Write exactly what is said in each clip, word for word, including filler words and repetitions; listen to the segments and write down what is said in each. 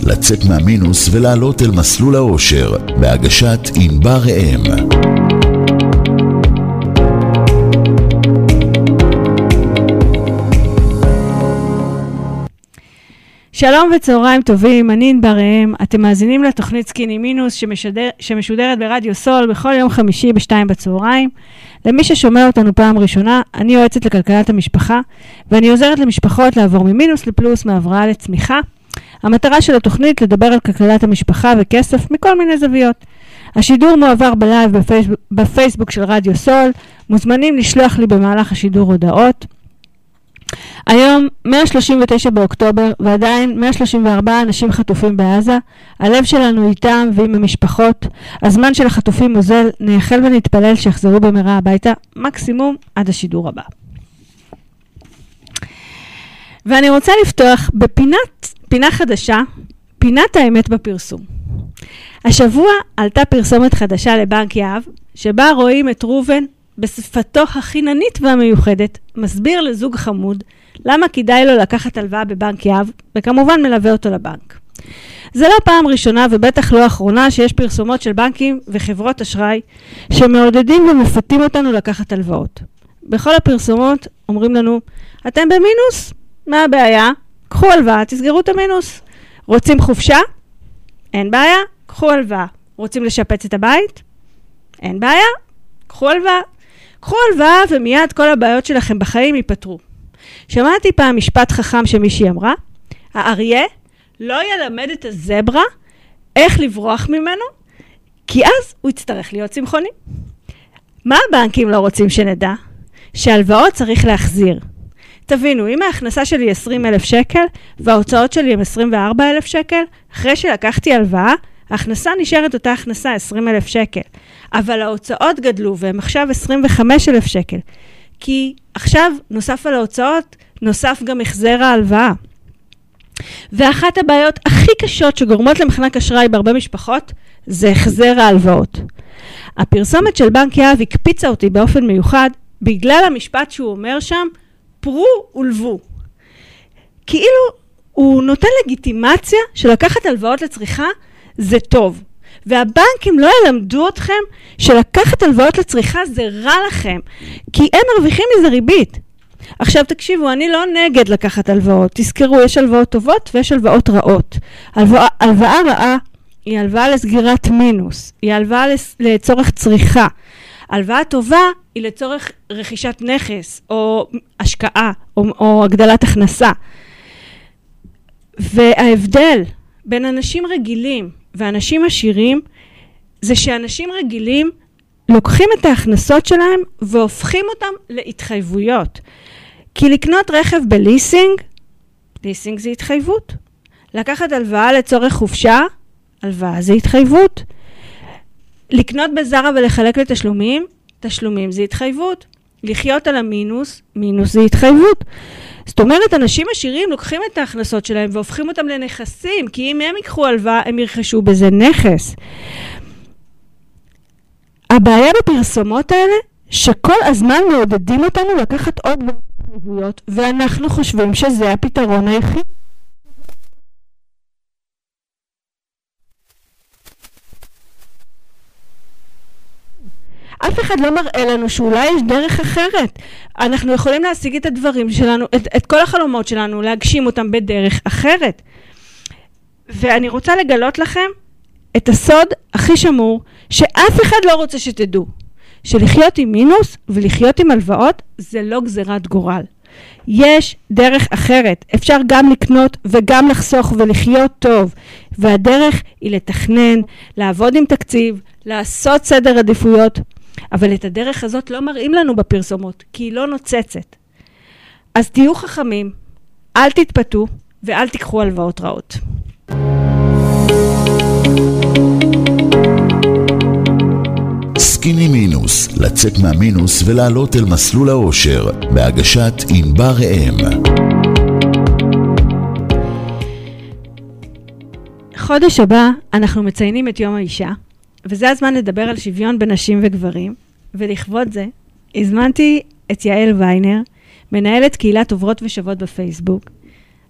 לצאת מהמינוס ולעלות אל מסלול האושר, בהגשת ענבר ראם. שלום וצהריים טובים, אני ענבר ראם. אתם מאזינים לתוכנית סקיני מינוס שמשדר, שמשודרת ברדיו סול בכל יום חמישי בשתיים בצהריים. למי ששומע אותנו פעם ראשונה, אני יועצת לכלכלת המשפחה, ואני עוזרת למשפחות לעבור ממינוס לפלוס, מהבראה לצמיחה. המטרה של התוכנית לדבר על כלכלת המשפחה וכסף מכל מיני זוויות. השידור מועבר בלייב בפייסבוק, בפייסבוק של רדיו סול. מוזמנים לשלוח לי במהלך השידור הודעות. היום מאה שלושים ותשעה באוקטובר, ועדיין מאה שלושים וארבעה אנשים חטופים בעזה. הלב שלנו איתם ועם המשפחות. הזמן של החטופים מוזל, נייחל ונתפלל שיחזרו במהרה הביתה, מקסימום עד השידור הבא. ואני רוצה לפתוח בפינת, פינה חדשה, פינת האמת בפרסום. השבוע עלתה פרסומת חדשה לבנק יהב, שבה רואים את רובן בשפתו החיננית והמיוחדת, מסביר לזוג חמוד למה כדאי לו לקחת הלוואה בבנק יהב, וכמובן מלווה אותו לבנק. זה לא פעם ראשונה ובטח לא אחרונה שיש פרסומות של בנקים וחברות אשראי שמעודדים ומפתים אותנו לקחת הלוואות. בכל הפרסומות אומרים לנו, אתם במינוס? מה הבעיה? קחו הלוואה, תסגרו את המינוס. רוצים חופשה? אין בעיה, קחו הלוואה. רוצים לשפץ את הבית? אין בעיה, קחו הלוואה. קחו הלוואה ומיד כל הבעיות שלכם בחיים ייפתרו. שמעתי פעם משפט חכם שמישהי אמרה, האריה לא ילמד את הזברה איך לברוח ממנו, כי אז הוא יצטרך להיות צמחוני. מה הבנקים לא רוצים שנדע? שהלוואות צריך להחזיר. תבינו, אם ההכנסה שלי עשרים אלף שקל וההוצאות שלי הם עשרים וארבעה אלף שקל, אחרי שלקחתי הלוואה, ההכנסה נשארת אותה הכנסה עשרים אלף שקל. אבל ההוצאות גדלו והם עכשיו עשרים וחמישה אלף שקל. כי עכשיו נוסף על ההוצאות, נוסף גם החזר ההלוואה. ואחת הבעיות הכי קשות שגורמות למחנק אשראי בהרבה משפחות, זה החזר ההלוואות. הפרסומת של בנק יהב הקפיצה אותי באופן מיוחד, בגלל המשפט שהוא אומר שם, פרו ולבו. כאילו הוא נותן לגיטימציה שלקחת הלוואות לצריכה זה טוב. והבנקים לא ילמדו אתכם שלקחת הלוואות לצריכה זה רע לכם, כי הם מרוויחים מזה ריבית. עכשיו תקשיבו, אני לא נגד לקחת הלוואות. תזכרו, יש הלוואות טובות ויש הלוואות רעות. הלוואה, הלוואה רעה היא הלוואה לסגירת מינוס, היא הלוואה לצורך צריכה. הלוואה טובה היא לצורך רכישת נכס או השקעה או, או הגדלת הכנסה. וההבדל בין אנשים רגילים ואנשים עשירים זה שאנשים רגילים לוקחים את ההכנסות שלהם והופכים אותם להתחייבויות. כי לקנות רכב בליסינג, ליסינג זה התחייבות. לקחת הלוואה לצורך חופשה, הלוואה זה התחייבות. לקנות בזרה ולחלק לתשלומים, תשלומים זה התחייבות. לחיות על המינוס, מינוס זה התחייבות. זאת אומרת, אנשים עשירים לוקחים את ההכנסות שלהם והופכים אותם לנכסים, כי אם הם ייקחו הלוואה, הם ירכשו בזה נכס. הבעיה בפרסומות האלה, שכל הזמן מעודדים אותנו לקחת עוד התחייבויות, ואנחנו חושבים שזה הפתרון היחיד. אף אחד לא מראה לנו שאולי יש דרך אחרת. אנחנו יכולים להשיג את הדברים שלנו, את, את כל החלומות שלנו, להגשים אותם בדרך אחרת. ואני רוצה לגלות לכם את הסוד הכי שמור, שאף אחד לא רוצה שתדעו. שלחיות עם מינוס ולחיות עם הלוואות, זה לא גזירת גורל. יש דרך אחרת. אפשר גם לקנות וגם לחסוך ולחיות טוב. והדרך היא לתכנן, לעבוד עם תקציב, לעשות סדר עדיפויות. אבל את הדרך הזאת לא מראים לנו בפרסומות, כי היא לא נוצצת. אז תהיו חכמים, אל תתפתו ואל תיקחו הלוואות רעות. סקיני מינוס, לצאת מהמינוס ולעלות אל מסלול האושר, בהגשת ענבר ראם. חודש הבא אנחנו מציינים את יום האישה, וזה הזמן לדבר על שוויון בין נשים וגברים, ולכבוד זה הזמנתי את יעל ויינר, מנהלת קהילת עוברות ושוות בפייסבוק.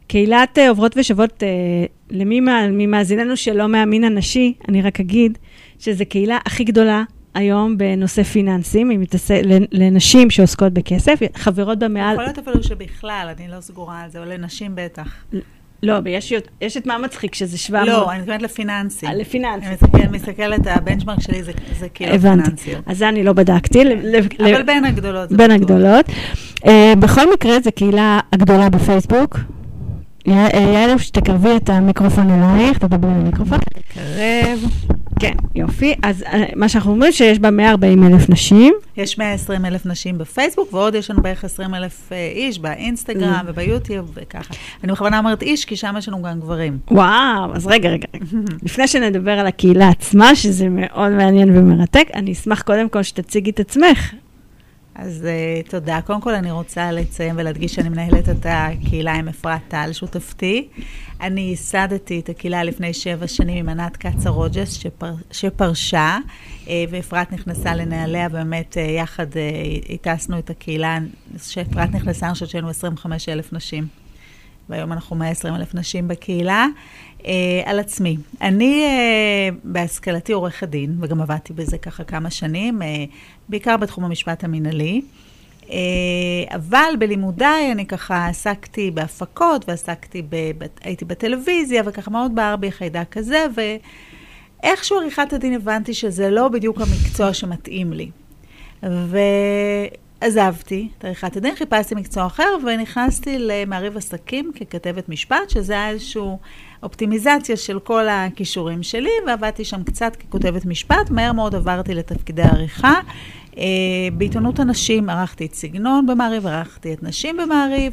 קהילת עוברות ושוות, למי מאזיננו שלא מאמין הנשי, אני רק אגיד שזו קהילה הכי גדולה היום בנושא פיננסים, לנשים שעוסקות בכסף, חברות במעל... יכול להיות אפילו שבכלל, אני לא סגורה על זה, או לנשים בטח. לא, ויש את מה מצחיק, שזה שבע מאות. לא, אני מתכוונת לפיננסים. לפיננסים. אני מסתכלת, הבנצ'מרק שלי זה כאילו פיננסיות. אז זה אני לא בדקתי. אבל בין הגדולות. בין הגדולות. בכל מקרה, זו קהילה הגדולה בפייסבוק. יעלו שתקרבי את המיקרופון אלייך, תדברי על המיקרופון. קרב. כן, יופי. אז מה שאנחנו אומרים שיש בה מאה וארבעים אלף נשים. יש מאה ועשרים אלף נשים בפייסבוק, ועוד יש לנו בערך עשרים אלף איש באינסטגרם וביוטיוב וככה. אני בכוונה אומרת איש, כי שם יש לנו גם גברים. וואו, אז רגע, רגע. לפני שנדבר על הקהילה עצמה, שזה מאוד מעניין ומרתק, אני אשמח קודם כל שתציגי את עצמך. אז uh, תודה. קודם כל אני רוצה לציין ולהדגיש שאני מנהלת את הקהילה עם אפרת טל, שותפתי. אני ייסדתי את הקהילה לפני שבע שנים עם ענת קצה רוג'ס, שפר, שפרשה, uh, ואפרת נכנסה לנעליה, באמת uh, יחד uh, הטסנו את הקהילה, שאפרת נכנסה, אני חושבת שהיינו עשרים וחמישה אלף נשים. והיום אנחנו מאה ועשרים אלף נשים בקהילה. Uh, על עצמי. אני uh, בהשכלתי עורכת דין, וגם עבדתי בזה ככה כמה שנים, uh, בעיקר בתחום המשפט המנהלי, uh, אבל בלימודיי אני ככה עסקתי בהפקות, ועסקתי, ב, הייתי בטלוויזיה, וככה מאוד בער בי חיידק כזה, ואיכשהו עריכת הדין הבנתי שזה לא בדיוק המקצוע שמתאים לי. ו... עזבתי את עריכת הדין, חיפשתי מקצוע אחר, ונכנסתי למעריב עסקים ככתבת משפט, שזה היה איזושהי אופטימיזציה של כל הכישורים שלי, ועבדתי שם קצת ככותבת משפט, מהר מאוד עברתי לתפקידי עריכה. בעיתונות הנשים ערכתי את סגנון במעריב, ערכתי את נשים במעריב,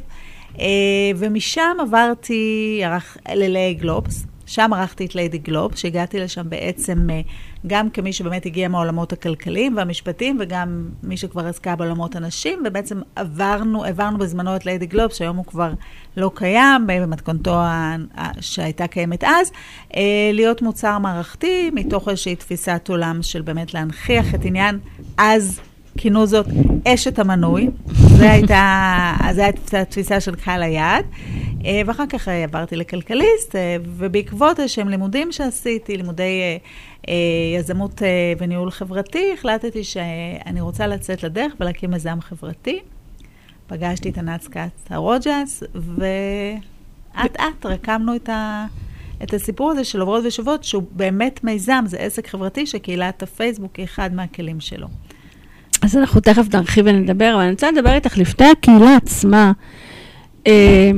ומשם עברתי לליי גלובס, שם ערכתי את ליידי גלובס, שהגעתי לשם בעצם גם כמי שבאמת הגיע מהעולמות הכלכליים והמשפטיים, וגם מי שכבר עסקה בעולמות הנשים, ובעצם עברנו, עברנו בזמנו את ליידי גלובס, שהיום הוא כבר לא קיים, במתכונתו שהייתה קיימת אז, להיות מוצר מערכתי, מתוך איזושהי תפיסת עולם של באמת להנחיח את עניין, אז כינו זאת אשת המנוי, זו הייתה, זו הייתה תפיסה של קהל היעד, ואחר כך עברתי לכלכליסט, ובעקבות איזשהם לימודים שעשיתי, לימודי יזמות וניהול חברתי, החלטתי שאני רוצה לצאת לדרך ולהקים מיזם חברתי. פגשתי את ענת קצה רוג'ס, ואט אט רקמנו את, ה, את הסיפור הזה של עוברות ושוות, שהוא באמת מיזם, זה עסק חברתי שקהילת הפייסבוק היא אחד מהכלים שלו. אז אנחנו תכף נרחיב ונדבר, אבל אני רוצה לדבר איתך לפני הקהילה עצמה. אה,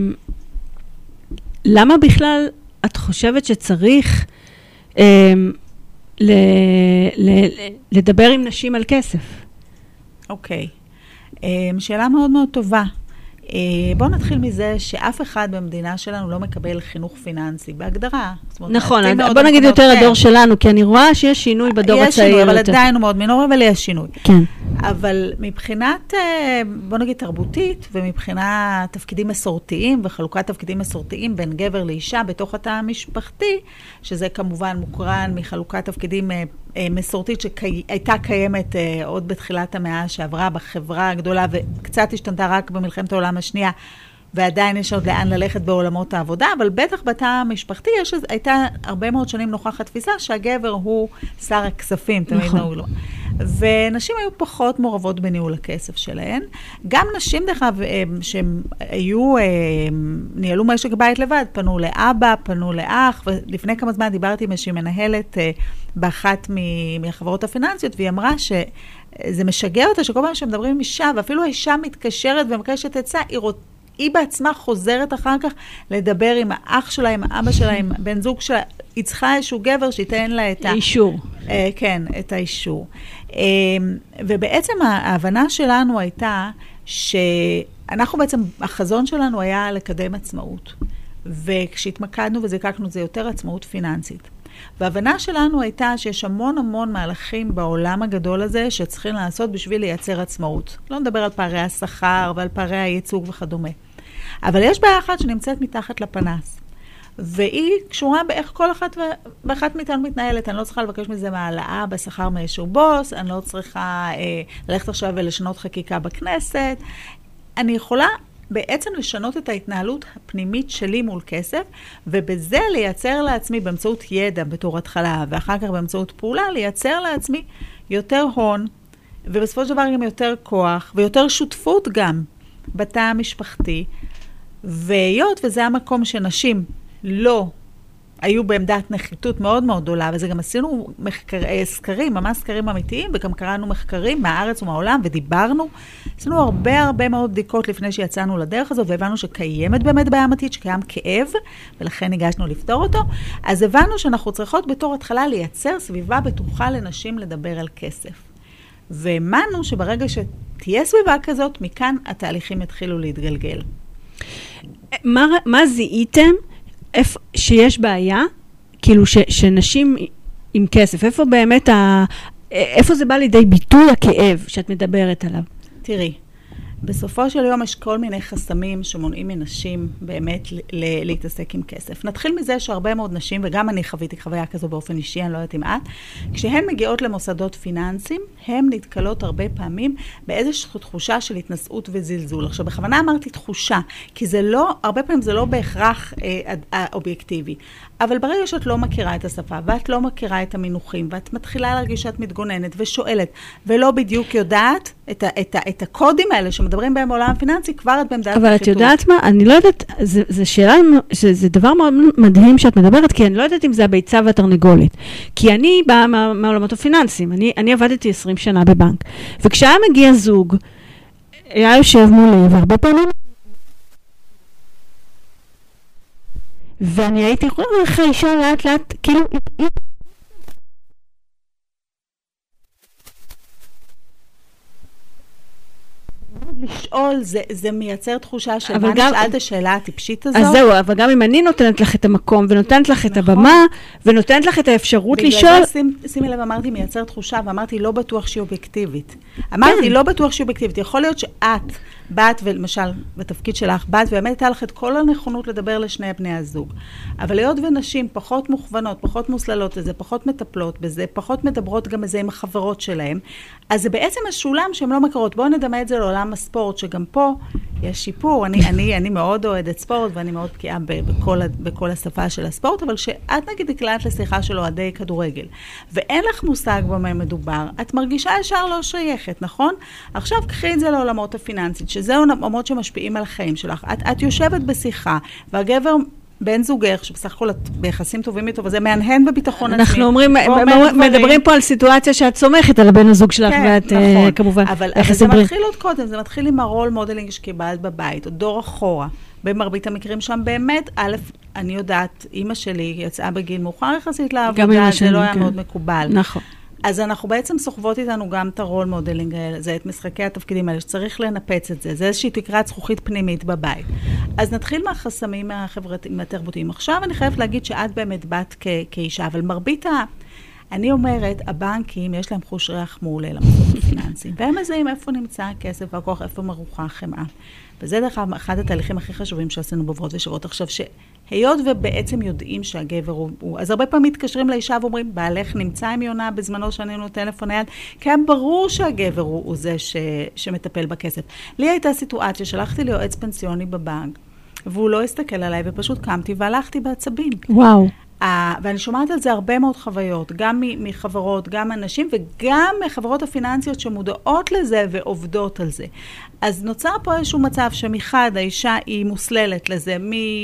למה בכלל את חושבת שצריך אה, ל, ל, לדבר עם נשים על כסף? אוקיי. אה, שאלה מאוד מאוד טובה. אה, בואו נתחיל מזה שאף אחד במדינה שלנו לא מקבל חינוך פיננסי, בהגדרה. נכון, בוא נגיד יותר הדור שלנו, כי אני רואה שיש שינוי בדור הצעיר. יש שינוי, אבל עדיין הוא מאוד מינורי, אבל יש שינוי. כן. אבל מבחינת, בוא נגיד, תרבותית, ומבחינת תפקידים מסורתיים, וחלוקת תפקידים מסורתיים בין גבר לאישה בתוך התא המשפחתי, שזה כמובן מוקרן מחלוקת תפקידים מסורתית שהייתה קיימת עוד בתחילת המאה שעברה בחברה הגדולה, וקצת השתנתה רק במלחמת העולם השנייה, ועדיין יש עוד לאן ללכת בעולמות העבודה, אבל בטח בתא המשפחתי יש, הייתה הרבה מאוד שנים נוכחת תפיסה שהגבר הוא שר הכספים, תמיד נכון. נהוג לו. ונשים היו פחות מעורבות בניהול הכסף שלהן. גם נשים דרך אגב, שהם היו, ניהלו משק בית לבד, פנו לאבא, פנו לאח, ולפני כמה זמן דיברתי עם איזושהי מנהלת באחת מהחברות הפיננסיות, והיא אמרה שזה משגע אותה שכל פעם שמדברים עם אישה, ואפילו האישה מתקשרת ומקשת עצה, היא רוצה, היא בעצמה חוזרת אחר כך לדבר עם האח שלה, עם האבא שלה, עם בן זוג שלה. היא צריכה איזשהו גבר שייתן לה את האישור. אה, כן, את האישור. אה, ובעצם ההבנה שלנו הייתה שאנחנו בעצם, החזון שלנו היה לקדם עצמאות. וכשהתמקדנו וזיקקנו זה יותר עצמאות פיננסית. וההבנה שלנו הייתה שיש המון המון מהלכים בעולם הגדול הזה שצריכים לעשות בשביל לייצר עצמאות. לא נדבר על פערי השכר ועל פערי הייצוג וכדומה. אבל יש בעיה אחת שנמצאת מתחת לפנס. והיא קשורה באיך כל אחת ואחת מאיתנו מתנהלת. אני לא צריכה לבקש מזה מעלאה בשכר מאיזשהו בוס, אני לא צריכה אה, ללכת עכשיו ולשנות חקיקה בכנסת. אני יכולה בעצם לשנות את ההתנהלות הפנימית שלי מול כסף, ובזה לייצר לעצמי באמצעות ידע בתור התחלה, ואחר כך באמצעות פעולה, לייצר לעצמי יותר הון, ובסופו של דבר גם יותר כוח, ויותר שותפות גם בתא המשפחתי, והיות וזה המקום שנשים לא היו בעמדת נחיתות מאוד מאוד גדולה, וזה גם עשינו מחקר, סקרים, ממש סקרים אמיתיים, וגם קראנו מחקרים מהארץ ומהעולם, ודיברנו. עשינו הרבה הרבה מאוד בדיקות לפני שיצאנו לדרך הזאת, והבנו שקיימת באמת בעיה אמיתית, שקיים כאב, ולכן ניגשנו לפתור אותו. אז הבנו שאנחנו צריכות בתור התחלה לייצר סביבה בטוחה לנשים לדבר על כסף. והאמנו שברגע שתהיה סביבה כזאת, מכאן התהליכים התחילו להתגלגל. מה, מה זיהיתם? איפה, שיש בעיה, כאילו ש, שנשים עם כסף, איפה באמת, ה, איפה זה בא לידי ביטוי הכאב שאת מדברת עליו? תראי, בסופו של יום יש כל מיני חסמים שמונעים מנשים באמת ל- להתעסק עם כסף. נתחיל מזה שהרבה מאוד נשים, וגם אני חוויתי חוויה כזו באופן אישי, אני לא יודעת אם את, כשהן מגיעות למוסדות פיננסיים, הן נתקלות הרבה פעמים באיזושהי תחושה של התנסות וזלזול. עכשיו, בכוונה אמרתי תחושה, כי זה לא, הרבה פעמים זה לא בהכרח אה, אובייקטיבי. אבל ברגע שאת לא מכירה את השפה, ואת לא מכירה את המינוחים, ואת מתחילה להרגיש שאת מתגוננת ושואלת, ולא בדיוק יודעת את, ה, את, ה, את הקודים האלה שמדברים בהם בעולם הפיננסי, כבר את בעמדת אבל את יודעת מה? אני לא יודעת, זה, זה שאלה, זה דבר מאוד מדהים שאת מדברת, כי אני לא יודעת אם זה הביצה והתרנגולת. כי אני באה מה, מהעולמות הפיננסיים, אני, אני עבדתי עשרים שנה בבנק, וכשהיה מגיע זוג, היה יושב מולי, והרבה פעמים, ואני הייתי יכולה לך אישה לאט לאט, כאילו, לשאול, זה, זה מייצר תחושה של מה גם, נשאלת השאלה הטיפשית הזאת. אז זהו, אבל גם אם אני נותנת לך את המקום, ונותנת לך את נכון. הבמה, ונותנת לך את האפשרות בגלל לשאול. בגלל זה, שימי שימי לב, אמרתי מייצר תחושה, ואמרתי לא בטוח שהיא אובייקטיבית. אמרתי כן. לא בטוח שהיא אובייקטיבית. יכול להיות שאת באת, ולמשל, בתפקיד שלך, באת, ובאמת הייתה לך את כל הנכונות לדבר לשני בני הזוג. אבל להיות ונשים פחות מוכוונות, פחות מוסללות לזה, פחות מטפלות בזה, פחות מדברות גם בזה עם החברות שלהם, אז זה בעצם השולם שהן לא מכירות. בואו נדמה את זה לעולם הספורט, שגם פה יש שיפור. אני, אני, אני מאוד אוהדת ספורט, ואני מאוד בקיאה בכל, בכל השפה של הספורט, אבל שאת נגיד הקלעת לשיחה של אוהדי כדורגל, ואין לך מושג במה מדובר, את מרגישה ישר לא שייכת, נכון? עכשיו קחי את זה לעולמות הפיננסית, שזה עולמות שמשפיעים על החיים שלך. את, את יושבת בשיחה, והגבר בן זוגך, שבסך הכל את ביחסים טובים איתו, וזה מהנהן בביטחון עצמי. אנחנו אומרים, מדברים פה על סיטואציה שאת סומכת על הבן הזוג שלך, ואת כמובן, אבל זה מתחיל עוד קודם, זה מתחיל עם הרול מודלינג שקיבלת בבית, או דור אחורה. במרבית המקרים שם באמת, א', אני יודעת, אמא שלי יצאה בגיל מאוחר יחסית לעבודה, זה לא היה מאוד מקובל. נכון. אז אנחנו בעצם סוחבות איתנו גם את הרול מודלינג האלה, זה את משחקי התפקידים האלה, שצריך לנפץ את זה, זה איזושהי תקרת זכוכית פנימית בבית. אז נתחיל מהחסמים החברתיים, התרבותיים. עכשיו אני חייבת להגיד שאת באמת בת כ- כאישה, אבל מרבית ה... אני אומרת, הבנקים, יש להם חוש ריח מעולה למוסדות הפיננסיים, והם מזהים איפה נמצא הכסף והכוח, איפה מרוחה החמאה. וזה דרך אחד התהליכים הכי חשובים שעשינו בעברות ושברות. עכשיו, שהיות ובעצם יודעים שהגבר הוא, הוא, אז הרבה פעמים מתקשרים לאישה ואומרים, בעלך נמצא עם יונה בזמנו שענינו טלפון נייד, כי היה ברור שהגבר הוא, הוא זה ש, שמטפל בכסף. לי הייתה סיטואציה, שלחתי ליועץ פנסיוני בבנק, והוא לא הסתכל עליי, ופשוט קמתי והלכתי בעצבים. וואו. Uh, ואני שומעת על זה הרבה מאוד חוויות, גם מחברות, גם אנשים, וגם מחברות הפיננסיות שמודעות לזה ועובדות על זה. אז נוצר פה איזשהו מצב שמחד האישה היא מוסללת לזה,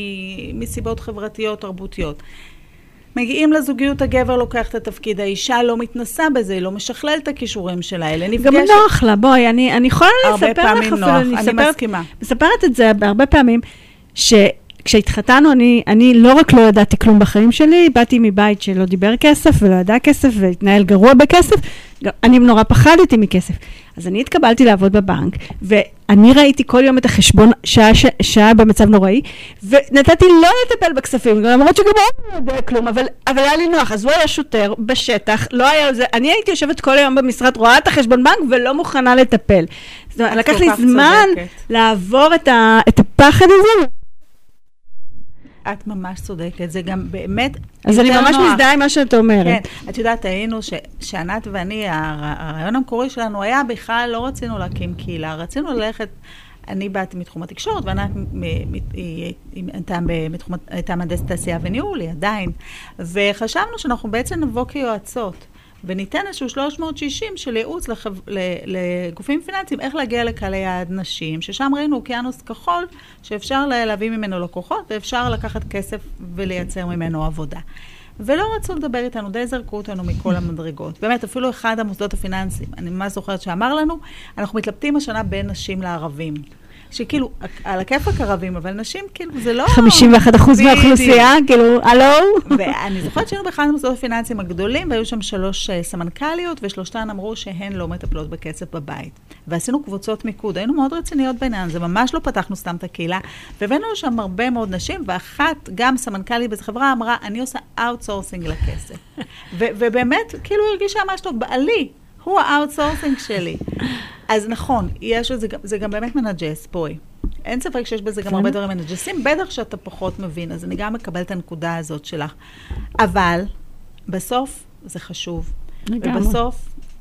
מסיבות חברתיות, תרבותיות. מגיעים לזוגיות, הגבר לוקח את התפקיד, האישה לא מתנסה בזה, היא לא משכלל את הכישורים שלה, אלה נפגשת. גם נוח לה, בואי, אני, אני יכולה לספר לך הרבה פעמים נוח, אני, אני מסכימה. מספרת את זה הרבה פעמים, ש... כשהתחתנו, אני, אני לא רק לא ידעתי כלום בחיים שלי, באתי מבית שלא דיבר כסף ולא ידע כסף והתנהל גרוע בכסף, אני נורא פחדתי מכסף. אז אני התקבלתי לעבוד בבנק, ואני ראיתי כל יום את החשבון שעה, שעה במצב נוראי, ונתתי לא לטפל בכספים, למרות שגם הוא לא יודע כלום, אבל, אבל היה לי נוח. אז הוא היה שוטר בשטח, לא היה זה, אני הייתי יושבת כל היום במשרד, רואה את החשבון בנק ולא מוכנה לטפל. זאת אומרת, לקח לי זמן צודקת. לעבור את, ה, את הפחד הזה, את ממש צודקת, זה גם באמת אז אני ממש מזדהה עם מה שאת אומרת. כן, את יודעת, היינו שענת ואני, הרעיון המקורי שלנו היה בכלל, לא רצינו להקים קהילה, רצינו ללכת, אני באתי מתחום התקשורת, וענת הייתה מהנדסת תעשייה וניהול, היא עדיין. וחשבנו שאנחנו בעצם נבוא כיועצות, וניתן איזשהו שלוש מאות שישים של ייעוץ לחב... לגופים פיננסיים, איך להגיע לקהלי יעד נשים, ששם ראינו אוקיינוס כחול, שאפשר להביא ממנו לקוחות, ואפשר לקחת כסף ולייצר ממנו עבודה. ולא רצו לדבר איתנו, די זרקו אותנו מכל המדרגות. באמת, אפילו אחד המוסדות הפיננסיים, אני ממש זוכרת שאמר לנו, אנחנו מתלבטים השנה בין נשים לערבים. שכאילו, על הכיפק ערבים, אבל נשים, כאילו, זה לא... חמישים ואחד אחוז מהאוכלוסייה, כאילו, הלו? ואני זוכרת שהיינו באחד המוסדות הפיננסיים הגדולים, והיו שם שלוש סמנכ"ליות, ושלושתן אמרו שהן לא מטפלות בכסף בבית. ועשינו קבוצות מיקוד, היינו מאוד רציניות בעניין, זה ממש לא פתחנו סתם את הקהילה, והבאנו שם הרבה מאוד נשים, ואחת, גם סמנכ"לית באיזו חברה, אמרה, אני עושה אאוטסורסינג לכסף. ובאמת, כאילו, הרגישה ממש טוב, בעלי, הוא האאוטסורסינג שלי. אז נכון, יש את זה, זה גם באמת מנג'ס, בואי. אין ספק שיש בזה גם הרבה דברים מנג'סים, בטח שאתה פחות מבין, אז אני גם מקבלת את הנקודה הזאת שלך. אבל, בסוף זה חשוב. ובסוף,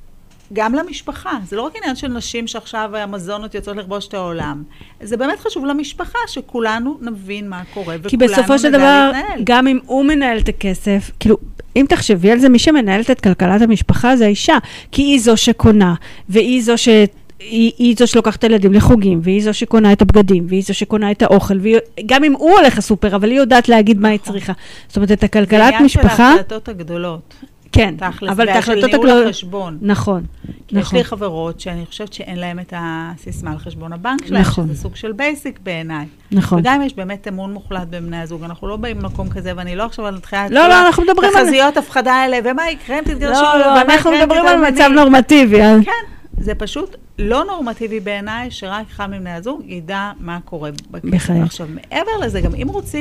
גם למשפחה. זה לא רק עניין של נשים שעכשיו המזונות יוצאות לכבוש את העולם. זה באמת חשוב למשפחה, שכולנו נבין מה קורה, וכולנו נדע להתנהל. כי בסופו של דבר, גם אם הוא מנהל את הכסף, כאילו, אם תחשבי על זה, מי שמנהלת את כלכלת המשפחה זה האישה, כי היא זו שקונה, והיא זו ש... היא, היא זו שלוקחת את הילדים לחוגים, והיא זו שקונה את הבגדים, והיא זו שקונה את האוכל, וגם אם הוא הולך לסופר, אבל היא יודעת להגיד מה היא צריכה. זאת אומרת, את הכלכלת משפחה... זה עניין של ההחלטות הגדולות. כן, אבל את ההחלטות הגדולות... נכון. כי יש לי חברות שאני חושבת שאין להם את הסיסמה על חשבון הבנק שלהם, שזה סוג של בייסיק בעיניי. נכון. וגם יש באמת אמון מוחלט בבני הזוג, אנחנו לא באים למקום כזה, ואני לא עכשיו על התחיית... לא, לא, אנחנו מדברים על... תחזיות הפחדה האלה, ומה יקרה אם תתגרשו? לא, לא, אנחנו מדברים על מצב נורמטיבי. כן, זה פשוט לא נורמטיבי בעיניי, שרק אחד מבני הזוג ידע מה קורה בכסף. עכשיו, מעבר לזה, גם אם רוצים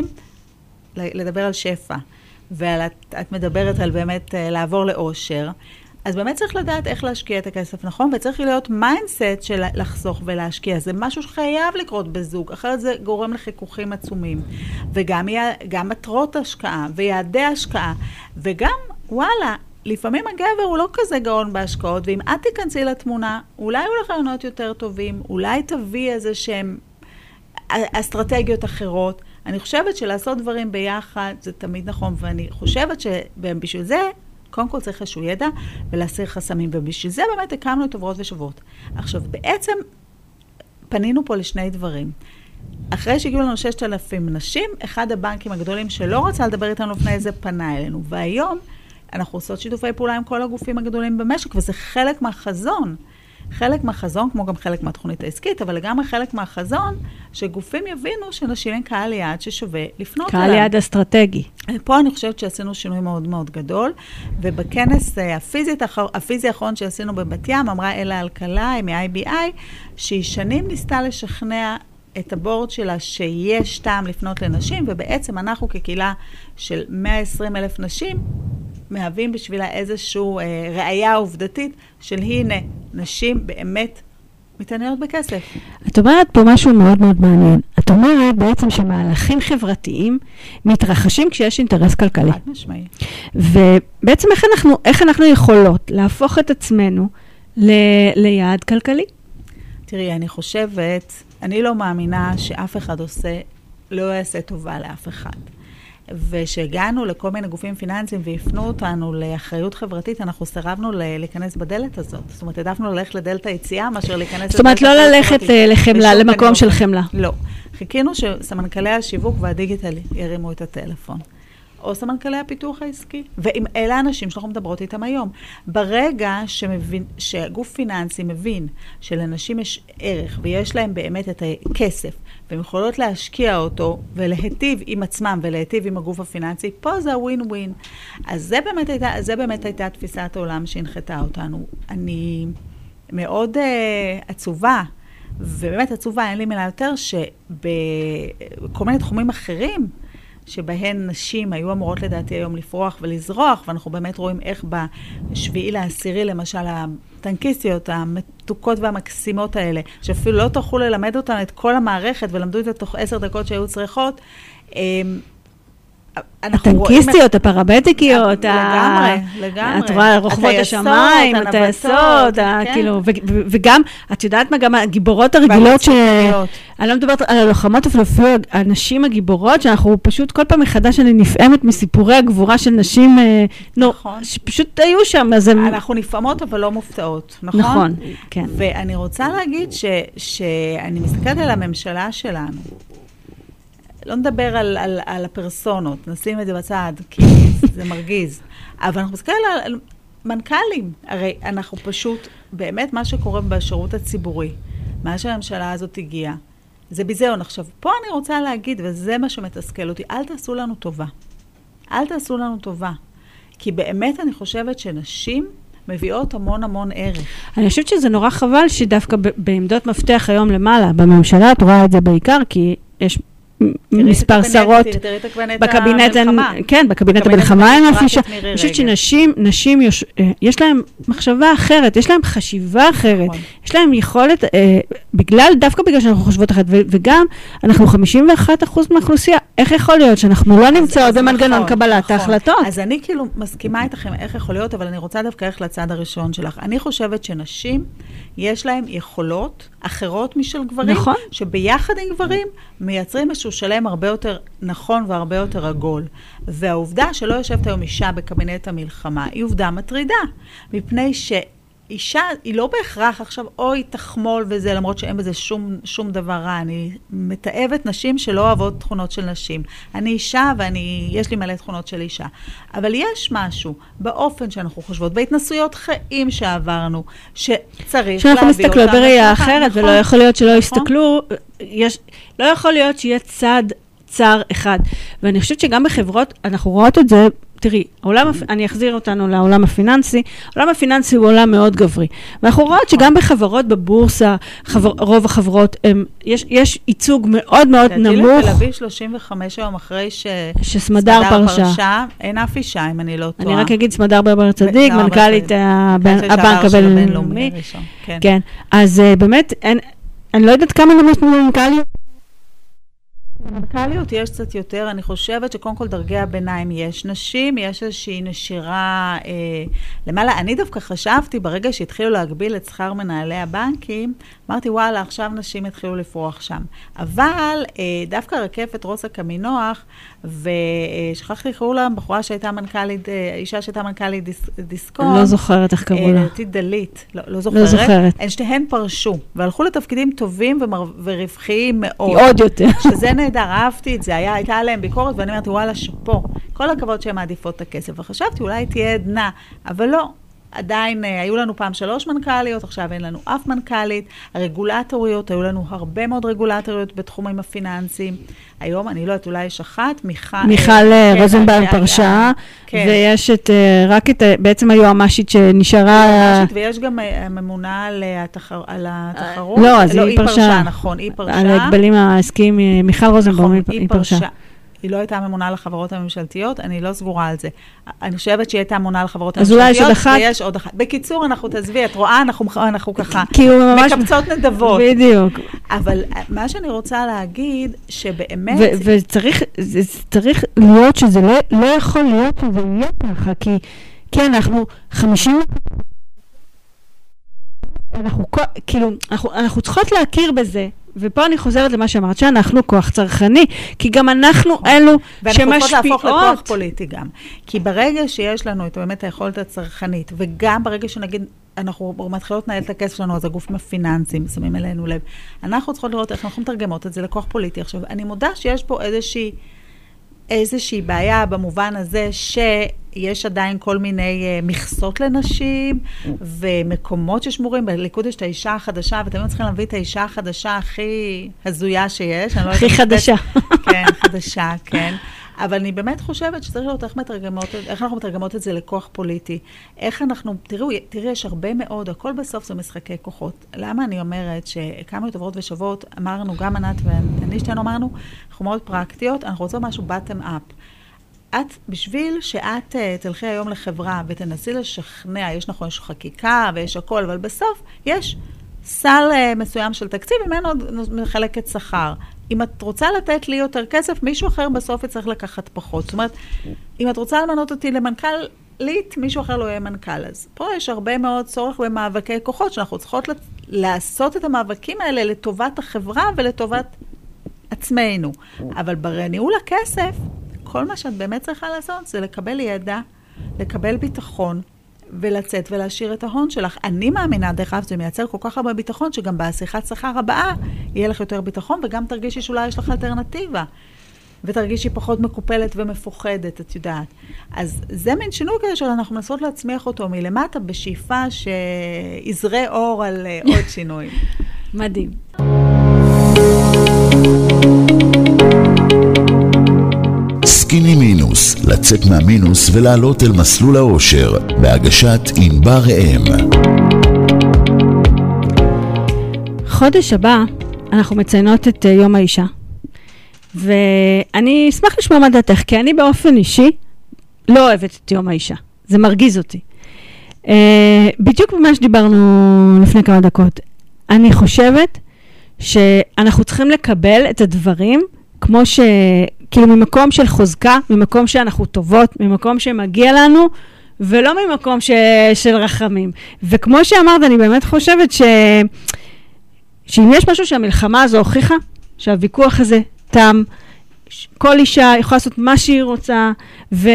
לדבר על שפע, ואת מדברת על באמת לעבור לאושר, אז באמת צריך לדעת איך להשקיע את הכסף נכון, וצריך להיות מיינדסט של לחסוך ולהשקיע. זה משהו שחייב לקרות בזוג, אחרת זה גורם לחיכוכים עצומים. וגם גם מטרות השקעה, ויעדי השקעה, וגם, וואלה, לפעמים הגבר הוא לא כזה גאון בהשקעות, ואם את תיכנסי לתמונה, אולי הוא לחיינות יותר טובים, אולי תביא איזה שהם אסטרטגיות אחרות. אני חושבת שלעשות דברים ביחד זה תמיד נכון, ואני חושבת שבשביל זה, קודם כל צריך איזשהו ידע ולהסיר חסמים, ובשביל זה באמת הקמנו את עוברות ושוות. עכשיו, בעצם פנינו פה לשני דברים. אחרי שהגיעו לנו ששת אלפים נשים, אחד הבנקים הגדולים שלא רצה לדבר איתנו לפני זה פנה אלינו, והיום אנחנו עושות שיתופי פעולה עם כל הגופים הגדולים במשק, וזה חלק מהחזון. חלק מהחזון, כמו גם חלק מהתוכנית העסקית, אבל לגמרי חלק מהחזון, שגופים יבינו שנשים הם קהל יעד ששווה לפנות אליו. קהל יעד אסטרטגי. פה אני חושבת שעשינו שינוי מאוד מאוד גדול, ובכנס הפיזי, הפיזי האחרון שעשינו בבת ים, אמרה אלה אלקלעי מ-איי בי איי, שהיא שנים ניסתה לשכנע את הבורד שלה שיש טעם לפנות לנשים, ובעצם אנחנו כקהילה של מאה ועשרים אלף נשים, מהווים בשבילה איזשהו אה, ראייה עובדתית של הנה, נשים באמת מתעניינות בכסף. את אומרת פה משהו מאוד מאוד מעניין. את אומרת בעצם שמהלכים חברתיים מתרחשים כשיש אינטרס כלכלי. חד משמעי. ובעצם איך אנחנו, איך אנחנו יכולות להפוך את עצמנו ל, ליעד כלכלי? תראי, אני חושבת, אני לא מאמינה שאף אחד עושה, לא יעשה טובה לאף אחד. ושהגענו לכל מיני גופים פיננסיים והפנו אותנו לאחריות חברתית, אנחנו סירבנו להיכנס בדלת הזאת. זאת אומרת, העדפנו ללכת לדלת היציאה, מאשר להיכנס... זאת אומרת, לא ללכת לחמלה, למקום של חמלה. לא. חיכינו שסמנכלי השיווק והדיגיטל ירימו את הטלפון. או סמנכלי הפיתוח העסקי. ועם אלה האנשים שאנחנו מדברות איתם היום. ברגע שמבין, שהגוף פיננסי מבין שלאנשים יש ערך, ויש להם באמת את הכסף, והם יכולות להשקיע אותו, ולהטיב עם עצמם, ולהטיב עם הגוף הפיננסי, פה זה הווין ווין. אז זה באמת הייתה, זה באמת הייתה תפיסת העולם שהנחתה אותנו. אני מאוד uh, עצובה, ובאמת עצובה, אין לי מילה יותר, שבכל מיני תחומים אחרים, שבהן נשים היו אמורות לדעתי היום לפרוח ולזרוח, ואנחנו באמת רואים איך בשביעי לעשירי, למשל, הטנקיסטיות, המתוקות והמקסימות האלה, שאפילו לא תוכלו ללמד אותן את כל המערכת, ולמדו את זה תוך עשר דקות שהיו צריכות, הטנקיסטיות, הפרמדיקיות, לגמרי, לגמרי. את רואה רוכבות השמיים, הטייסות, כאילו, וגם, את יודעת מה, גם הגיבורות הרגילות ש... אני לא מדברת על הלוחמות, אפילו הנשים הגיבורות, שאנחנו פשוט כל פעם מחדש אני נפעמת מסיפורי הגבורה של נשים, שפשוט היו שם. אנחנו נפעמות, אבל לא מופתעות, נכון? נכון, כן. ואני רוצה להגיד שאני מסתכלת על הממשלה שלנו, לא נדבר על, על, על הפרסונות, נשים את זה בצד, כי זה מרגיז. אבל אנחנו מסתכלים על, על מנכ"לים. הרי אנחנו פשוט, באמת מה שקורה בשירות הציבורי, מה שהממשלה הזאת הגיעה, זה ביזיון. עכשיו, פה אני רוצה להגיד, וזה מה שמתסכל אותי, אל תעשו לנו טובה. אל תעשו לנו טובה. כי באמת אני חושבת שנשים מביאות המון המון ערך. אני חושבת שזה נורא חבל שדווקא בעמדות מפתח היום למעלה, בממשלה, את רואה את זה בעיקר, כי יש... מספר שרות בקבינט, כן, בקבינט המלחמה, אני חושבת שנשים, נשים, יש להם מחשבה אחרת, יש להם חשיבה אחרת, יש להם יכולת, בגלל, דווקא בגלל שאנחנו חושבות אחת, וגם אנחנו חמישים ואחד אחוז מהאוכלוסייה, איך יכול להיות שאנחנו לא נמצאות במנגנון קבלת ההחלטות? אז אני כאילו מסכימה איתכם איך יכול להיות, אבל אני רוצה דווקא איך לצד הראשון שלך. אני חושבת שנשים, יש להם יכולות אחרות משל גברים, נכון. שביחד עם גברים מייצרים משהו שלם הרבה יותר נכון והרבה יותר עגול. והעובדה שלא יושבת היום אישה בקבינט המלחמה, היא עובדה מטרידה, מפני שאישה היא לא בהכרח עכשיו אוי תחמול וזה, למרות שאין בזה שום, שום דבר רע. אני מתאהבת נשים שלא אוהבות תכונות של נשים. אני אישה ואני, יש לי מלא תכונות של אישה. אבל יש משהו באופן שאנחנו חושבות, בהתנסויות חיים שעברנו, שצריך להביא אותם. שאנחנו מסתכלות בראייה אחרת, ולא יכול להיות שלא יסתכלו, יש, לא יכול להיות שיהיה צד צר אחד. ואני חושבת שגם בחברות, אנחנו רואות את זה, תראי, העולם, אני אחזיר אותנו לעולם הפיננסי, העולם הפיננסי הוא עולם מאוד גברי. ואנחנו רואות שגם בחברות בבורסה, חבר, רוב החברות, הם, יש, יש ייצוג מאוד מאוד נמוך. תל אביב שלושים וחמש היום אחרי ש... שסמדר פרשה. פרשה. אין אף אישה, אם אני לא טועה. אני רק אגיד סמדר ברבר צדיק, מנכ"לית הבנק הבינלאומי. כן. כן. אז באמת, אין, אני לא יודעת כמה נמוס מנכ"ליות. במנכ"ליות יש קצת יותר, אני חושבת שקודם כל דרגי הביניים יש נשים, יש איזושהי נשירה אה, למעלה. אני דווקא חשבתי, ברגע שהתחילו להגביל את שכר מנהלי הבנקים, אמרתי וואלה, עכשיו נשים התחילו לפרוח שם. אבל אה, דווקא רקפת רוסה קמינוח, ושכחתי לקראו לה בחורה שהייתה מנכ"לית, אה, אישה שהייתה מנכ"לית דיס, דיסקון. לא זוכרת איך קראו לה. לדעתי דלית, לא, לא זוכרת. לא זוכרת. הן שתיהן פרשו, והלכו לתפקידים טובים ומר, ורווחיים מאוד. עוד יותר. שזה נהדר, אהבתי את זה, היה, הייתה עליהם ביקורת, ואני אומרת, וואלה, שפו, כל הכבוד שהן מעדיפות את הכסף, וחשבתי, אולי תהיה עדנה, אבל לא, עדיין, היו לנו פעם שלוש מנכ"ליות, עכשיו אין לנו אף מנכ"לית, הרגולטוריות, היו לנו הרבה מאוד רגולטוריות בתחומים הפיננסיים, היום, אני לא יודעת, אולי יש אחת, מיכל... מיכל רוזנברג פרשה, ויש את, רק את, בעצם היועמ"שית שנשארה... ויש גם ממונה על התחרות. לא, אז היא פרשה. נכון, היא פרשה. על ההגבלים העסקיים, מיכל רוזנברג, היא פרשה. היא לא הייתה ממונה לחברות הממשלתיות, אני לא סגורה על זה. אני חושבת שהיא הייתה ממונה לחברות הממשלתיות, אז אולי יש עוד אחת. ויש עוד אחת. בקיצור, אנחנו תעזבי, את רואה, אנחנו, אנחנו ככה, כי הוא ממש... מקבצות נדבות. בדיוק. אבל מה שאני רוצה להגיד, שבאמת... ו- וצריך, זה צריך להיות שזה לא, לא יכול להיות שזה יהיה ככה, כי, כי אנחנו חמישים... אנחנו, כאילו, אנחנו, אנחנו צריכות להכיר בזה, ופה אני חוזרת למה שאמרת, שאנחנו כוח צרכני, כי גם אנחנו אלו שמשפיעות. ואנחנו צריכות להפוך לכוח פוליטי גם. כי ברגע שיש לנו את באמת היכולת הצרכנית, וגם ברגע שנגיד, אנחנו מתחילות לנהל את הכסף שלנו, אז הגופים הפיננסיים שמים אלינו לב. אנחנו צריכות לראות איך אנחנו מתרגמות את זה לכוח פוליטי. עכשיו, אני מודה שיש פה איזושהי, איזושהי בעיה במובן הזה שיש עדיין כל מיני uh, מכסות לנשים ומקומות ששמורים. בליכוד יש את האישה החדשה, ותמיד צריכים להביא את האישה החדשה הכי הזויה שיש. הכי לא חדשה. כן, חדשה, כן. אבל אני באמת חושבת שצריך לראות איך מתרגמות, איך אנחנו מתרגמות את זה לכוח פוליטי. איך אנחנו, תראו, תראו, יש הרבה מאוד, הכל בסוף זה משחקי כוחות. למה אני אומרת שכמה טובות ושוות, אמרנו, גם ענת ואני שתינו אמרנו, אנחנו מאוד פרקטיות, אנחנו רוצים משהו bottom up. את, בשביל שאת uh, תלכי היום לחברה ותנסי לשכנע, יש נכון, יש חקיקה ויש הכל, אבל בסוף יש סל uh, מסוים של תקציב, ממנו מחלקת שכר. אם את רוצה לתת לי יותר כסף, מישהו אחר בסוף יצטרך לקחת פחות. זאת אומרת, אם את רוצה למנות אותי למנכ"לית, מישהו אחר לא יהיה מנכ"ל. אז פה יש הרבה מאוד צורך במאבקי כוחות, שאנחנו צריכות לעשות את המאבקים האלה לטובת החברה ולטובת עצמנו. אבל בניהול הכסף, כל מה שאת באמת צריכה לעשות, זה לקבל ידע, לקבל ביטחון, ולצאת ולהשאיר את ההון שלך. אני מאמינה, דרך אגב, זה מייצר כל כך הרבה ביטחון, שגם בשיחת שכר הבאה יהיה לך יותר ביטחון, וגם תרגישי שאולי יש לך אלטרנטיבה, ותרגישי פחות מקופלת ומפוחדת, את יודעת. אז זה מין שינוי כזה שאנחנו מנסות להצמיח אותו מלמטה, בשאיפה שיזרה אור על עוד שינוי. מדהים. סקיני מינוס, לצאת מהמינוס ולעלות אל מסלול האושר, בהגשת ענבר ראם. חודש הבא אנחנו מציינות את יום האישה, ואני אשמח לשמוע מה דעתך, כי אני באופן אישי לא אוהבת את יום האישה, זה מרגיז אותי. בדיוק במה שדיברנו לפני כמה דקות, אני חושבת שאנחנו צריכים לקבל את הדברים כמו ש... כאילו ממקום של חוזקה, ממקום שאנחנו טובות, ממקום שמגיע לנו, ולא ממקום ש... של רחמים. וכמו שאמרת, אני באמת חושבת ש... שאם יש משהו שהמלחמה הזו הוכיחה, שהוויכוח הזה תם, כל אישה יכולה לעשות מה שהיא רוצה, ו...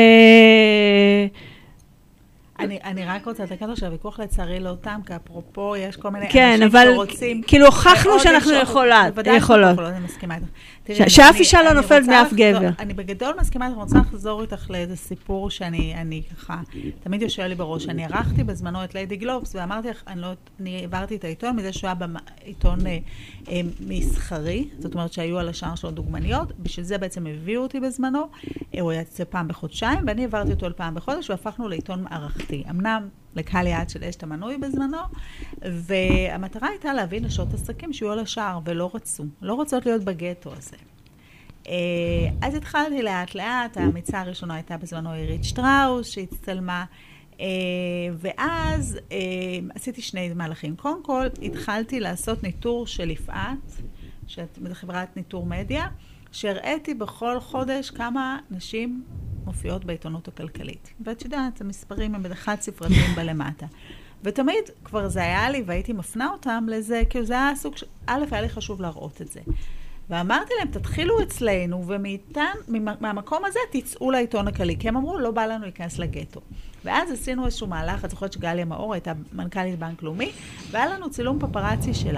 אני, אני רק רוצה לתקן לו שהוויכוח לצערי לא אותם, כי אפרופו יש כל מיני כן, אנשים אבל שרוצים... כאילו הוכחנו שאנחנו יכולות. בוודאי יכולות. אני מסכימה איתך. שאף אישה לא נופלת מאף גבר. אני בגדול מסכימה, אני רוצה לחזור איתך לאיזה סיפור שאני אני ככה, תמיד יושב לי בראש. אני ערכתי בזמנו את ליידי גלובס, ואמרתי לך, אני, לא, אני העברתי את העיתון, מזה שהוא היה בעיתון אה, אה, מסחרי, זאת אומרת שהיו על השער שלו דוגמניות, בשביל זה בעצם הביאו אותי בזמנו, הוא יצא פעם בחודשיים, ואני העברתי אותו פעם בחודש, והפכנו לעיתון מערכתי. אמנם לקהל יעד של אשת המנוי בזמנו, והמטרה הייתה להביא נשות עסקים שיהיו על השער, ולא רצו, לא רוצות להיות בגטו הזה. אז התחלתי לאט לאט, המיצה הראשונה הייתה בזמנו עירית שטראוס, שהצטלמה, ואז עשיתי שני מהלכים. קודם כל, התחלתי לעשות ניטור של יפעת, חברת ניטור מדיה, שהראיתי בכל חודש כמה נשים מופיעות בעיתונות הכלכלית. ואת יודעת, המספרים הם בדחת ספרתיים בלמטה. ותמיד כבר זה היה לי, והייתי מפנה אותם לזה, כי זה היה סוג, א', היה לי חשוב להראות את זה. ואמרתי להם, תתחילו אצלנו, ומאיתן, מהמקום הזה תצאו לעיתון הכללי, כי הם אמרו, לא בא לנו להיכנס לגטו. ואז עשינו איזשהו מהלך, את זוכרת שגליה מאור הייתה מנכ"לית בנק לאומי, והיה לנו צילום פפרצי שלה.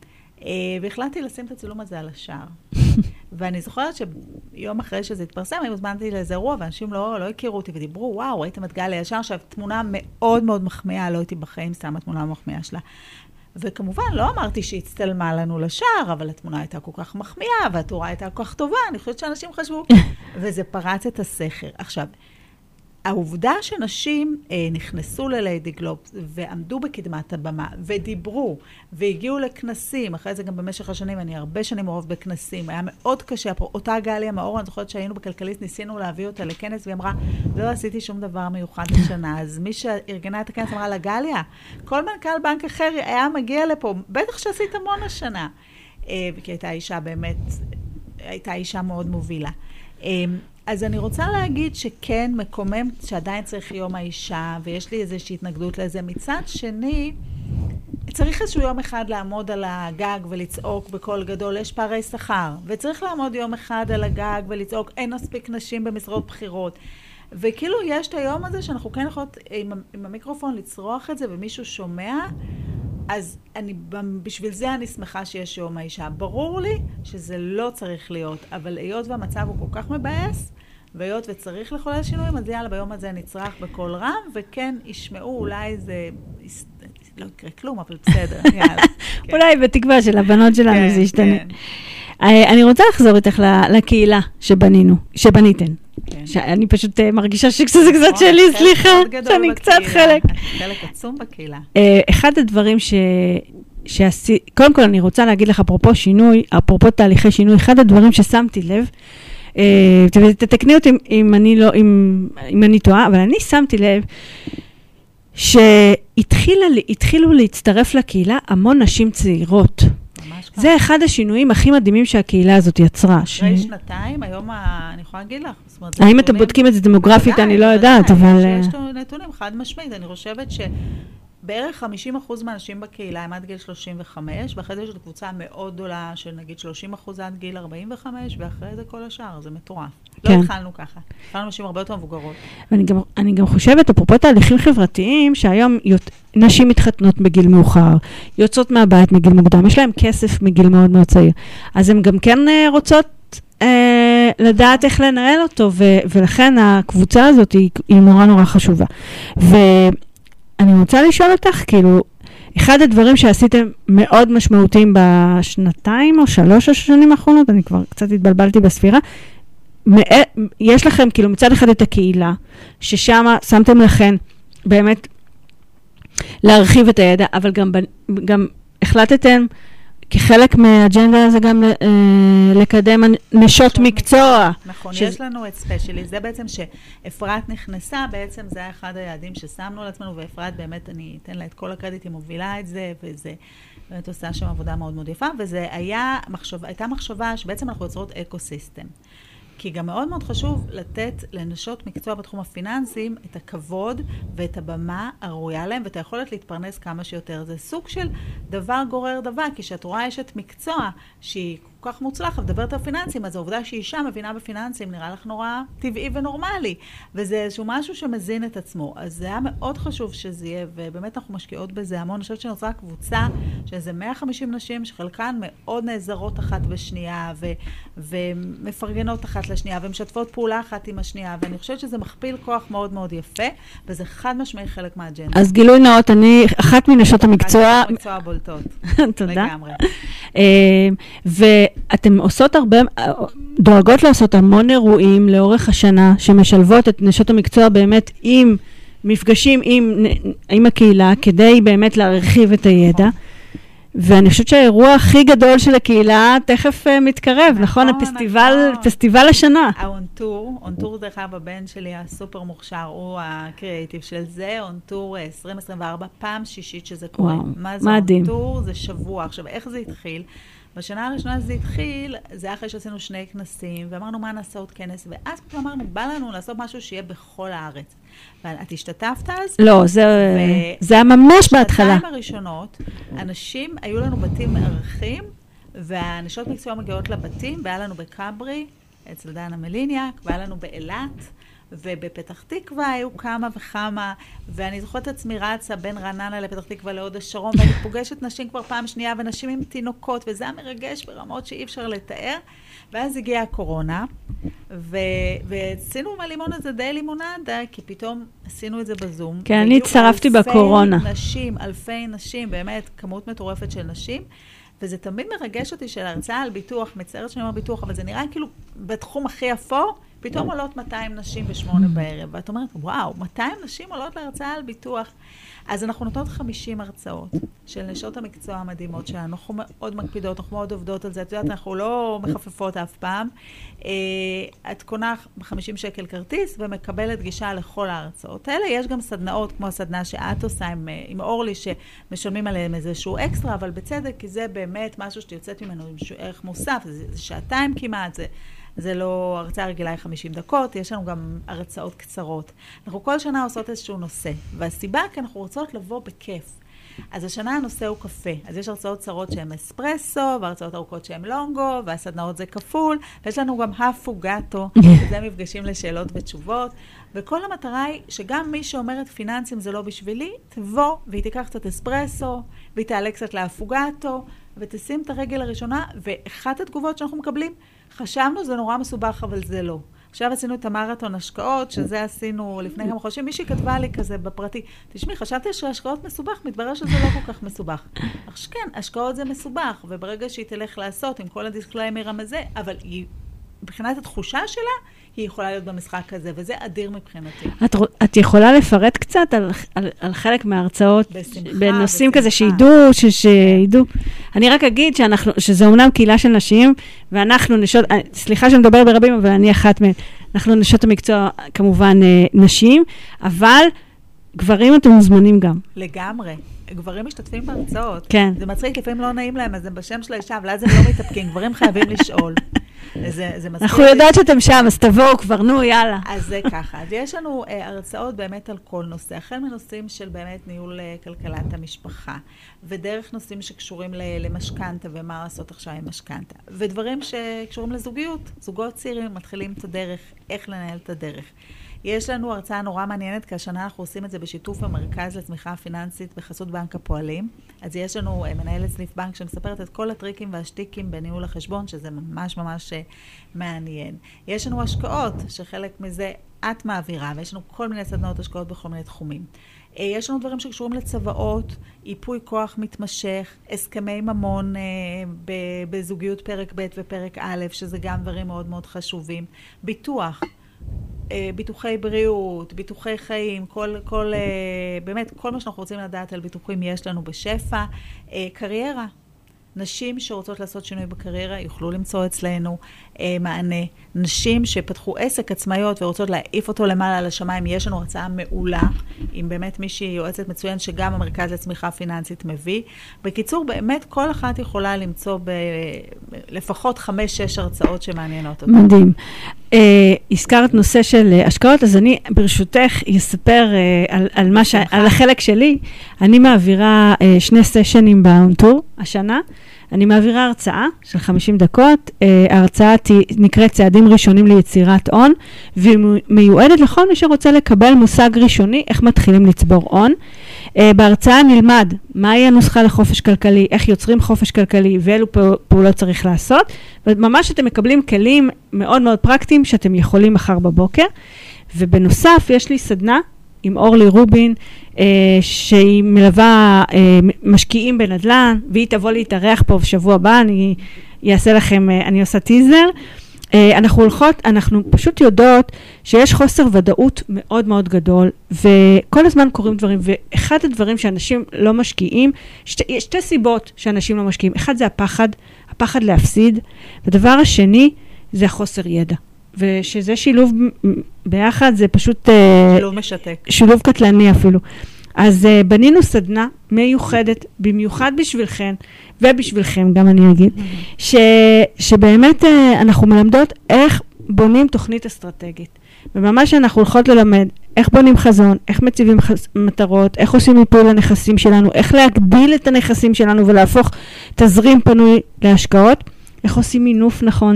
והחלטתי לשים את הצילום הזה על השער. ואני זוכרת שיום אחרי שזה התפרסם, אני הוזמנתי לאיזה אירוע, ואנשים לא, לא הכירו אותי ודיברו, וואו, ראיתם את גליה ישר, עכשיו תמונה מאוד מאוד מחמיאה, לא הייתי בחיים, סתם התמונה המחמיאה שלה. וכמובן, לא אמרתי שהצטלמה לנו לשער, אבל התמונה הייתה כל כך מחמיאה, והתאורה הייתה כל כך טובה, אני חושבת שאנשים חשבו, וזה פרץ את הסכר. עכשיו, העובדה שנשים אה, נכנסו לליידי גלובס ועמדו בקדמת הבמה ודיברו והגיעו לכנסים, אחרי זה גם במשך השנים, אני הרבה שנים מעורב בכנסים, היה מאוד קשה, אותה גליה מאור, אני זוכרת שהיינו בכלכליסט, ניסינו להביא אותה לכנס והיא אמרה, לא עשיתי שום דבר מיוחד השנה, אז מי שארגנה את הכנס אמרה לה, גליה, כל מנכ"ל בנק אחר היה מגיע לפה, בטח שעשית המון השנה, אה, כי הייתה אישה באמת, הייתה אישה מאוד מובילה. אה, אז אני רוצה להגיד שכן, מקומם שעדיין צריך יום האישה, ויש לי איזושהי התנגדות לזה. מצד שני, צריך איזשהו יום אחד לעמוד על הגג ולצעוק בקול גדול, יש פערי שכר, וצריך לעמוד יום אחד על הגג ולצעוק, אין מספיק נשים במשרות בחירות. וכאילו יש את היום הזה שאנחנו כן יכולות עם, עם המיקרופון לצרוח את זה, ומישהו שומע, אז אני, בשביל זה אני שמחה שיש יום האישה. ברור לי שזה לא צריך להיות, אבל היות והמצב הוא כל כך מבאס, והיות וצריך לחולל שינויים, אז יאללה, ביום הזה נצרח בכל רם, וכן ישמעו, אולי זה, לא יקרה כלום, אבל בסדר, יאללה. אולי בתקווה של הבנות שלנו זה ישתנה. אני רוצה לחזור איתך לקהילה שבנינו, שבניתן. שאני פשוט מרגישה שזה קצת שלי, סליחה, שאני קצת חלק. חלק עצום בקהילה. אחד הדברים ש... שעשי... קודם כל אני רוצה להגיד לך, אפרופו שינוי, אפרופו תהליכי שינוי, אחד הדברים ששמתי לב, תתקני אותי אם אני לא, אם, אם אני טועה, אבל אני שמתי לב שהתחילו להצטרף לקהילה המון נשים צעירות. ממש ככה. זה אחד השינויים הכי מדהימים שהקהילה הזאת יצרה. אחרי שנתיים, היום אני יכולה להגיד לך. האם אתם בודקים את זה דמוגרפית? אני לא יודעת, אבל... יש נתונים חד משמעית, אני חושבת ש... בערך חמישים אחוז מהאנשים בקהילה הם עד גיל שלושים וחמש, ואחרי זה יש קבוצה מאוד גדולה של נגיד שלושים אחוז עד גיל ארבעים וחמש, ואחרי זה כל השאר, זה מטורף. כן. לא התחלנו ככה. התחלנו נשים הרבה יותר מבוגרות. ואני גם, אני גם חושבת, אפרופו תהליכים חברתיים, שהיום יות, נשים מתחתנות בגיל מאוחר, יוצאות מהבית מגיל מוקדם, יש להם כסף מגיל מאוד מאוד צעיר. אז הן גם כן רוצות אה, לדעת איך לנהל אותו, ו, ולכן הקבוצה הזאת היא, היא נורא נורא חשובה. ו... אני רוצה לשאול אותך, כאילו, אחד הדברים שעשיתם מאוד משמעותיים בשנתיים או שלוש השנים האחרונות, אני כבר קצת התבלבלתי בספירה, יש לכם כאילו מצד אחד את הקהילה, ששם שמתם לכם באמת להרחיב את הידע, אבל גם, גם החלטתם כחלק מהאג'נדה הזה גם לקדם נשות מקצוע. נכון, יש לנו את ספיישלי, זה בעצם שאפרת נכנסה, בעצם זה היה אחד היעדים ששמנו לעצמנו, ואפרת באמת, אני אתן לה את כל הקרדיט, היא מובילה את זה, וזה באמת עושה שם עבודה מאוד מאוד יפה, וזה היה מחשבה, הייתה מחשבה שבעצם אנחנו יוצרות אקוסיסטם. כי גם מאוד מאוד חשוב לתת לנשות מקצוע בתחום הפיננסים את הכבוד ואת הבמה הראויה להם, ואת היכולת להתפרנס כמה שיותר. זה סוג של דבר גורר דבר, כי שאת רואה יש את מקצוע שהיא כל כך מוצלחת, מדברת על פיננסים, אז העובדה שהיא אישה מבינה בפיננסים נראה לך נורא טבעי ונורמלי, וזה איזשהו משהו שמזין את עצמו. אז זה היה מאוד חשוב שזה יהיה, ובאמת אנחנו משקיעות בזה המון. אני חושבת שנוצרה קבוצה שזה מאה וחמישים נשים שחלקן מאוד נעזרות אחת בשנייה, ו- ומפרגנות אחת לשנייה, ומשתפות פעולה אחת עם השנייה, ואני חושבת שזה מכפיל כוח מאוד מאוד יפה, וזה חד משמעי חלק מהאג'נדה. אז גילוי נאות, אני אחת מנשות המקצוע. אחת מקצוע בולטות. תודה. לגמרי. ואתם עושות הרבה, דואגות לעשות המון אירועים לאורך השנה, שמשלבות את נשות המקצוע באמת עם מפגשים עם, עם הקהילה, כדי באמת להרחיב את הידע. ואני חושבת שהאירוע הכי גדול של הקהילה תכף uh, מתקרב, נכון? נכון? הפסטיבל, נכון. פסטיבל השנה. האונטור, אונטור דרך אגב, הבן שלי הסופר מוכשר, הוא הקריאייטיב של זה, אונטור עשרים עשרים וארבע, פעם שישית שזה קורה. וואו, מה זה מדהים. אונטור? זה שבוע. עכשיו, איך זה התחיל? בשנה הראשונה זה התחיל, זה היה אחרי שעשינו שני כנסים, ואמרנו מה נעשה עוד כנס, ואז פתאום אמרנו, בא לנו לעשות משהו שיהיה בכל הארץ. ואת השתתפת אז? לא, זה, ו... זה היה ממש בהתחלה. בשנתיים הראשונות, אנשים, היו לנו בתים מארחים, והנשות מקצוע מגיעות לבתים, והיה לנו בקברי, אצל דנה מליניאק, והיה לנו באילת, ובפתח תקווה היו כמה וכמה, ואני זוכרת את עצמי רצה בין רעננה לפתח תקווה להוד השרון, ואני פוגשת נשים כבר פעם שנייה, ונשים עם תינוקות, וזה היה מרגש ברמות שאי אפשר לתאר, ואז הגיעה הקורונה, ו- ועשינו מהלימון הזה די לימונדה, כי פתאום עשינו את זה בזום. כן, אני הצטרפתי בקורונה. אלפי נשים, אלפי נשים, באמת כמות מטורפת של נשים, וזה תמיד מרגש אותי של הרצאה על ביטוח, מצערת שאני אומר ביטוח, אבל זה נראה כאילו בתחום הכי אפור, פתאום עולות מאתיים נשים בשמונה בערב, ואת אומרת, וואו, מאתיים נשים עולות להרצאה על ביטוח. אז אנחנו נותנות חמישים הרצאות של נשות המקצוע המדהימות שלנו, אנחנו מאוד מקפידות, אנחנו מאוד עובדות על זה, את יודעת, אנחנו לא מחפפות אף פעם. את קונה ב-חמישים שקל כרטיס ומקבלת גישה לכל ההרצאות האלה. יש גם סדנאות, כמו הסדנה שאת עושה עם, עם אורלי, שמשלמים עליהם איזשהו אקסטרה, אבל בצדק, כי זה באמת משהו שתיוצאת ממנו עם ערך מוסף, זה, זה שעתיים כמעט, זה... זה לא הרצאה רגילה היא חמישים דקות, יש לנו גם הרצאות קצרות. אנחנו כל שנה עושות איזשהו נושא, והסיבה כי אנחנו רוצות לבוא בכיף. אז השנה הנושא הוא קפה. אז יש הרצאות קצרות שהן אספרסו, והרצאות ארוכות שהן לונגו, והסדנאות זה כפול, ויש לנו גם הפוגטו, שזה מפגשים לשאלות ותשובות, וכל המטרה היא שגם מי שאומרת פיננסים זה לא בשבילי, תבוא והיא תיקח קצת אספרסו, והיא תעלה קצת להפוגטו, ותשים את הרגל הראשונה, ואחת התגובות שאנחנו מקבלים, חשבנו זה נורא מסובך, אבל זה לא. עכשיו עשינו את המרתון השקעות, שזה עשינו לפני כמה חודשים, מישהי כתבה לי כזה בפרטי, תשמעי, חשבתי שהשקעות מסובך, מתברר שזה לא כל כך מסובך. אך שכן, השקעות זה מסובך, וברגע שהיא תלך לעשות עם כל הדיסקליימר המזה, אבל היא, מבחינת התחושה שלה, היא יכולה להיות במשחק הזה, וזה אדיר מבחינתי. את, את יכולה לפרט קצת על, על, על חלק מההרצאות, בשמחה, בנושאים בשמחה. כזה שידעו, ש, שידעו. אני רק אגיד שאנחנו, שזה אומנם קהילה של נשים, ואנחנו נשות, סליחה שאני מדבר ברבים, אבל אני אחת מהן, אנחנו נשות המקצוע כמובן נשים, אבל גברים אתם מוזמנים גם. לגמרי. גברים משתתפים בהרצאות. כן. זה מצחיק, לפעמים לא נעים להם, אז הם בשם של האישה, אבל אז הם לא מתאפקים. גברים חייבים לשאול. זה, זה אנחנו יודעות שאתם שם, אז תבואו כבר, נו, יאללה. אז זה ככה. אז יש לנו אה, הרצאות באמת על כל נושא, החל מנושאים של באמת ניהול אה, כלכלת המשפחה, ודרך נושאים שקשורים למשכנתה, ומה לעשות עכשיו עם משכנתה, ודברים שקשורים לזוגיות. זוגות צעירים מתחילים את הדרך, איך לנהל את הדרך. יש לנו הרצאה נורא מעניינת, כי השנה אנחנו עושים את זה בשיתוף המרכז לצמיחה פיננסית בחסות בנק הפועלים. אז יש לנו מנהלת סניף בנק שמספרת את כל הטריקים והשטיקים בניהול החשבון, שזה ממש ממש מעניין. יש לנו השקעות, שחלק מזה את מעבירה, ויש לנו כל מיני סדנאות השקעות בכל מיני תחומים. יש לנו דברים שקשורים לצבאות, איפוי כוח מתמשך, הסכמי ממון בזוגיות פרק ב' ופרק א', שזה גם דברים מאוד מאוד חשובים. ביטוח. ביטוחי בריאות, ביטוחי חיים, כל, כל, באמת, כל מה שאנחנו רוצים לדעת על ביטוחים יש לנו בשפע. קריירה. נשים שרוצות לעשות שינוי בקריירה יוכלו למצוא אצלנו מענה. נשים שפתחו עסק עצמאיות ורוצות להעיף אותו למעלה על השמיים, יש לנו הרצאה מעולה, עם באמת מישהי יועצת מצוין שגם המרכז לצמיחה פיננסית מביא. בקיצור, באמת כל אחת יכולה למצוא ב... לפחות חמש, שש הרצאות שמעניינות אותה. מדהים. Uh, הזכרת נושא של uh, השקעות, אז אני ברשותך אספר uh, על, על, מה ש... על החלק שלי. אני מעבירה uh, שני סשנים באונטור השנה. אני מעבירה הרצאה של חמישים דקות. Uh, ההרצאה ת... נקראת צעדים ראשונים ליצירת הון, והיא מיועדת לכל מי שרוצה לקבל מושג ראשוני, איך מתחילים לצבור הון. Uh, בהרצאה נלמד מהי הנוסחה לחופש כלכלי, איך יוצרים חופש כלכלי ואילו פעולות צריך לעשות, וממש אתם מקבלים כלים מאוד מאוד פרקטיים שאתם יכולים מחר בבוקר. ובנוסף יש לי סדנה עם אורלי רובין, uh, שהיא מלווה uh, משקיעים בנדל"ן, והיא תבוא להתארח פה בשבוע הבא, אני אעשה לכם, uh, אני עושה טיזר. Uh, אנחנו הולכות, אנחנו פשוט יודעות שיש חוסר ודאות מאוד מאוד גדול, וכל הזמן קורים דברים, ואחד הדברים שאנשים לא משקיעים, שתי, יש שתי סיבות שאנשים לא משקיעים. אחד זה הפחד, הפחד להפסיד, והדבר השני זה החוסר ידע. ושזה שילוב ביחד, זה פשוט... שילוב משתק. שילוב קטלני אפילו. אז uh, בנינו סדנה מיוחדת, במיוחד בשבילכן, ובשבילכם גם אני אגיד, mm-hmm. ש, שבאמת uh, אנחנו מלמדות איך בונים תוכנית אסטרטגית. וממש אנחנו הולכות ללמד איך בונים חזון, איך מציבים חז... מטרות, איך עושים מיפוי לנכסים שלנו, איך להגדיל את הנכסים שלנו ולהפוך תזרים פנוי להשקעות, איך עושים מינוף נכון,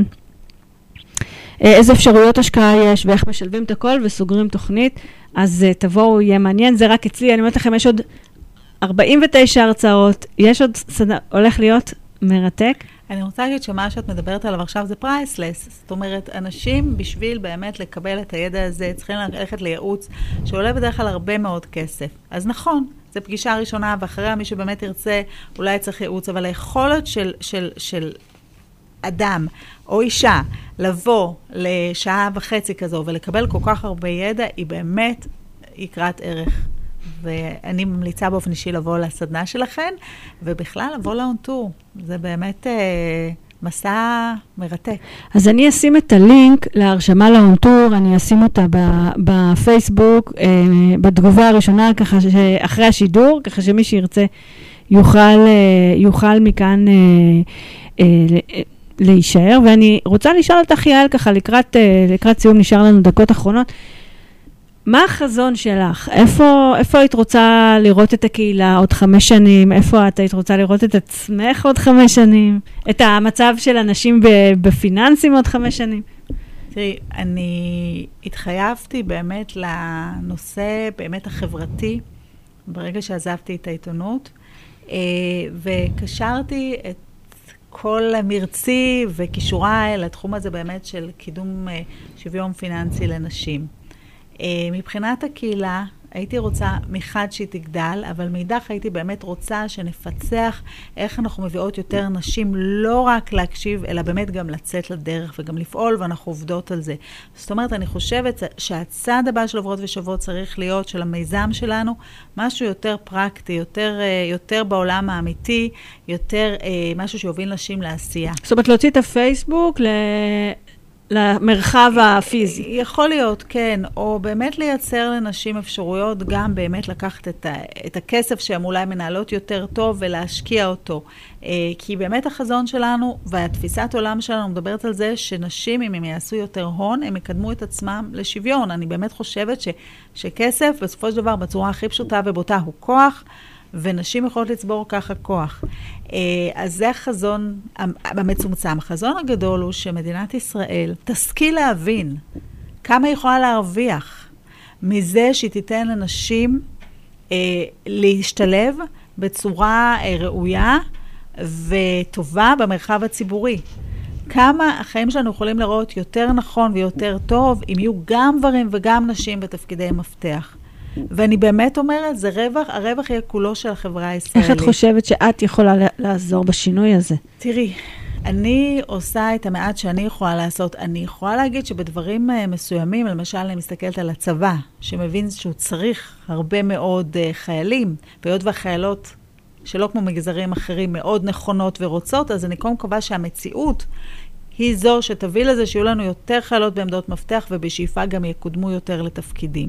איזה אפשרויות השקעה יש ואיך משלבים את הכל וסוגרים תוכנית. אז uh, תבואו, יהיה מעניין, זה רק אצלי, אני אומרת לכם, יש עוד ארבעים ותשע הרצאות, יש עוד, סד... הולך להיות מרתק. אני רוצה להגיד שמה שאת מדברת עליו עכשיו זה פרייסלס, זאת אומרת, אנשים בשביל באמת לקבל את הידע הזה, צריכים ללכת לייעוץ, שעולה בדרך כלל הרבה מאוד כסף. אז נכון, זו פגישה ראשונה, ואחריה מי שבאמת ירצה, אולי צריך ייעוץ, אבל היכולת של, של, של אדם או אישה לבוא לשעה וחצי כזו ולקבל כל כך הרבה ידע, היא באמת יקרת ערך. ואני ממליצה באופן אישי לבוא לסדנה שלכן, ובכלל לבוא לאונטור. זה באמת אה, מסע מרתק. אז אני אשים את הלינק להרשמה לאונטור, אני אשים אותה בפייסבוק, אה, בתגובה הראשונה, ככה שאחרי השידור, ככה שמי שירצה יוכל, אה, יוכל מכאן אה, אה, להישאר. ואני רוצה לשאול אותך, יעל, ככה לקראת, אה, לקראת סיום, נשאר לנו דקות אחרונות, מה החזון שלך? איפה, איפה היית רוצה לראות את הקהילה עוד חמש שנים? איפה את היית רוצה לראות את עצמך עוד חמש שנים? את המצב של אנשים בפיננסים עוד חמש שנים? תראי, אני התחייבתי באמת לנושא באמת החברתי, ברגע שעזבתי את העיתונות, וקשרתי את כל מרצי וכישוריי לתחום הזה באמת של קידום שוויון פיננסי לנשים. מבחינת הקהילה, הייתי רוצה מחד שהיא תגדל, אבל מאידך הייתי באמת רוצה שנפצח איך אנחנו מביאות יותר נשים, לא רק להקשיב, אלא באמת גם לצאת לדרך וגם לפעול, ואנחנו עובדות על זה. זאת אומרת, אני חושבת שהצעד הבא של עוברות ושוות צריך להיות של המיזם שלנו, משהו יותר פרקטי, יותר, יותר בעולם האמיתי, יותר משהו שיוביל נשים לעשייה. זאת אומרת, להוציא את הפייסבוק ל... למרחב הפיזי. יכול להיות, כן, או באמת לייצר לנשים אפשרויות גם באמת לקחת את, ה, את הכסף שהן אולי מנהלות יותר טוב ולהשקיע אותו. כי באמת החזון שלנו והתפיסת עולם שלנו מדברת על זה שנשים, אם הם יעשו יותר הון, הם יקדמו את עצמם לשוויון. אני באמת חושבת ש, שכסף בסופו של דבר בצורה הכי פשוטה ובוטה הוא כוח, ונשים יכולות לצבור ככה כוח. אז זה החזון המצומצם. החזון הגדול הוא שמדינת ישראל תשכיל להבין כמה היא יכולה להרוויח מזה שהיא תיתן לנשים להשתלב בצורה ראויה וטובה במרחב הציבורי. כמה החיים שלנו יכולים לראות יותר נכון ויותר טוב אם יהיו גם גברים וגם נשים בתפקידי מפתח. ואני באמת אומרת, זה רווח, הרווח יהיה כולו של החברה הישראלית. איך את חושבת שאת יכולה לעזור בשינוי הזה? תראי, אני עושה את המעט שאני יכולה לעשות. אני יכולה להגיד שבדברים מסוימים, למשל אני מסתכלת על הצבא, שמבין שהוא צריך הרבה מאוד חיילים, והיות והחיילות שלא כמו מגזרים אחרים מאוד נכונות ורוצות, אז אני קודם קובע שהמציאות היא זו שתביא לזה שיהיו לנו יותר חיילות בעמדות מפתח, ובשאיפה גם יקודמו יותר לתפקידים.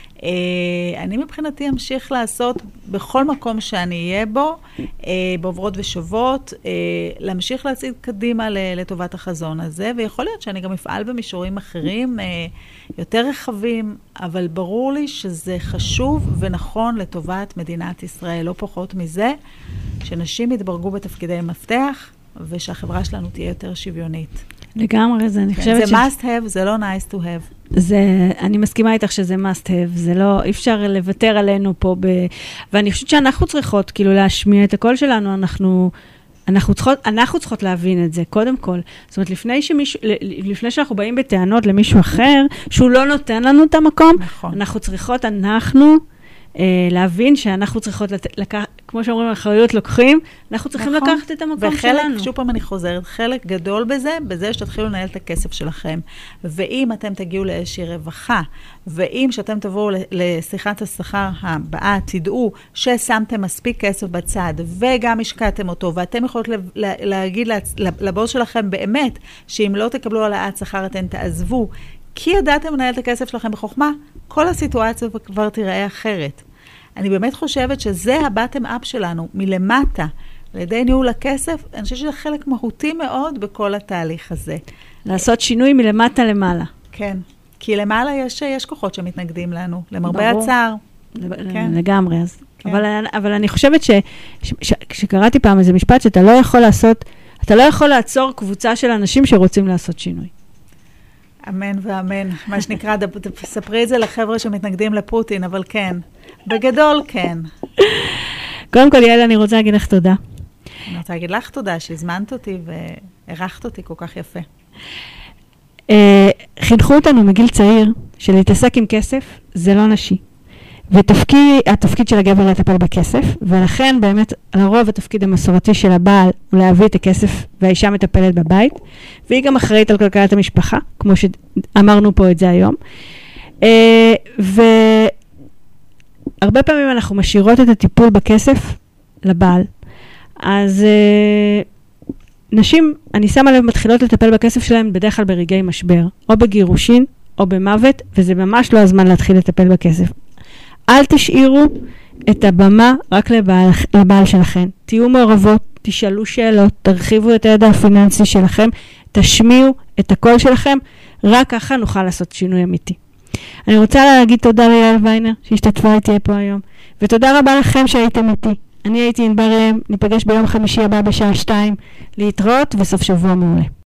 אני מבחינתי אמשיך לעשות בכל מקום שאני אהיה בו, בעוברות ושוות, להמשיך להציג קדימה לטובת החזון הזה, ויכול להיות שאני גם אפעל במישורים אחרים, יותר רחבים, אבל ברור לי שזה חשוב ונכון לטובת מדינת ישראל, לא פחות מזה, שנשים יתברגו בתפקידי מפתח, ושהחברה שלנו תהיה יותר שוויונית. לגמרי, זה, אני כן, חושבת זה ש... must have, זה לא nice to have. זה, אני מסכימה איתך שזה must have, זה לא, אי אפשר לוותר עלינו פה, ב... ואני חושבת שאנחנו צריכות, כאילו, להשמיע את הקול שלנו, אנחנו, אנחנו צריכות, אנחנו צריכות להבין את זה, קודם כל. זאת אומרת, לפני שמישהו, לפני שאנחנו באים בטענות למישהו אחר, שהוא לא נותן לנו את המקום, נכון. אנחנו צריכות, אנחנו, אה, להבין שאנחנו צריכות לקחת, כמו שאומרים, אחריות לוקחים, אנחנו צריכים נכון. לקחת את המקום וחלק, שלנו. וחלק, שוב פעם אני חוזרת, חלק גדול בזה, בזה שתתחילו לנהל את הכסף שלכם. ואם אתם תגיעו לאיזושהי רווחה, ואם שאתם תבואו לשיחת השכר הבאה, תדעו ששמתם מספיק כסף בצד, וגם השקעתם אותו, ואתם יכולות להגיד לבוס שלכם באמת, שאם לא תקבלו העלאת שכר, אתם תעזבו, כי ידעתם לנהל את הכסף שלכם בחוכמה, כל הסיטואציה כבר תיראה אחרת. אני באמת חושבת שזה הבטם אפ שלנו, מלמטה, על ידי ניהול הכסף, אני חושבת שזה חלק מהותי מאוד בכל התהליך הזה. לעשות שינוי מלמטה למעלה. כן, כי למעלה יש, יש כוחות שמתנגדים לנו, למרבה הצער. כן. לגמרי, אז. כן. אבל, אבל אני חושבת ש, ש, ש, שקראתי פעם איזה משפט, שאתה לא יכול לעשות, אתה לא יכול לעצור קבוצה של אנשים שרוצים לעשות שינוי. אמן ואמן. מה שנקרא, ספרי את זה לחבר'ה שמתנגדים לפוטין, אבל כן. בגדול, כן. קודם כל, יעל, אני רוצה להגיד לך תודה. אני רוצה להגיד לך תודה שהזמנת אותי וערכת אותי כל כך יפה. חינכו אותנו מגיל צעיר שלהתעסק עם כסף זה לא נשי. והתפקיד של הגבר לטפל בכסף, ולכן באמת לרוב התפקיד המסורתי של הבעל הוא להביא את הכסף והאישה מטפלת בבית, והיא גם אחראית על כלכלת המשפחה, כמו שאמרנו פה את זה היום. והרבה פעמים אנחנו משאירות את הטיפול בכסף לבעל. אז נשים, אני שמה לב, מתחילות לטפל בכסף שלהם בדרך כלל ברגעי משבר, או בגירושין, או במוות, וזה ממש לא הזמן להתחיל לטפל בכסף. אל תשאירו את הבמה רק לבעל, לבעל שלכם. תהיו מעורבות, תשאלו שאלות, תרחיבו את הידע הפיננסי שלכם, תשמיעו את הקול שלכם, רק ככה נוכל לעשות שינוי אמיתי. אני רוצה להגיד תודה ליעל ויינר שהשתתפה איתי פה היום, ותודה רבה לכם שהייתם איתי. אני הייתי ענבר ראם, ניפגש ביום חמישי הבא בשעה שתיים, להתראות וסוף שבוע מעולה.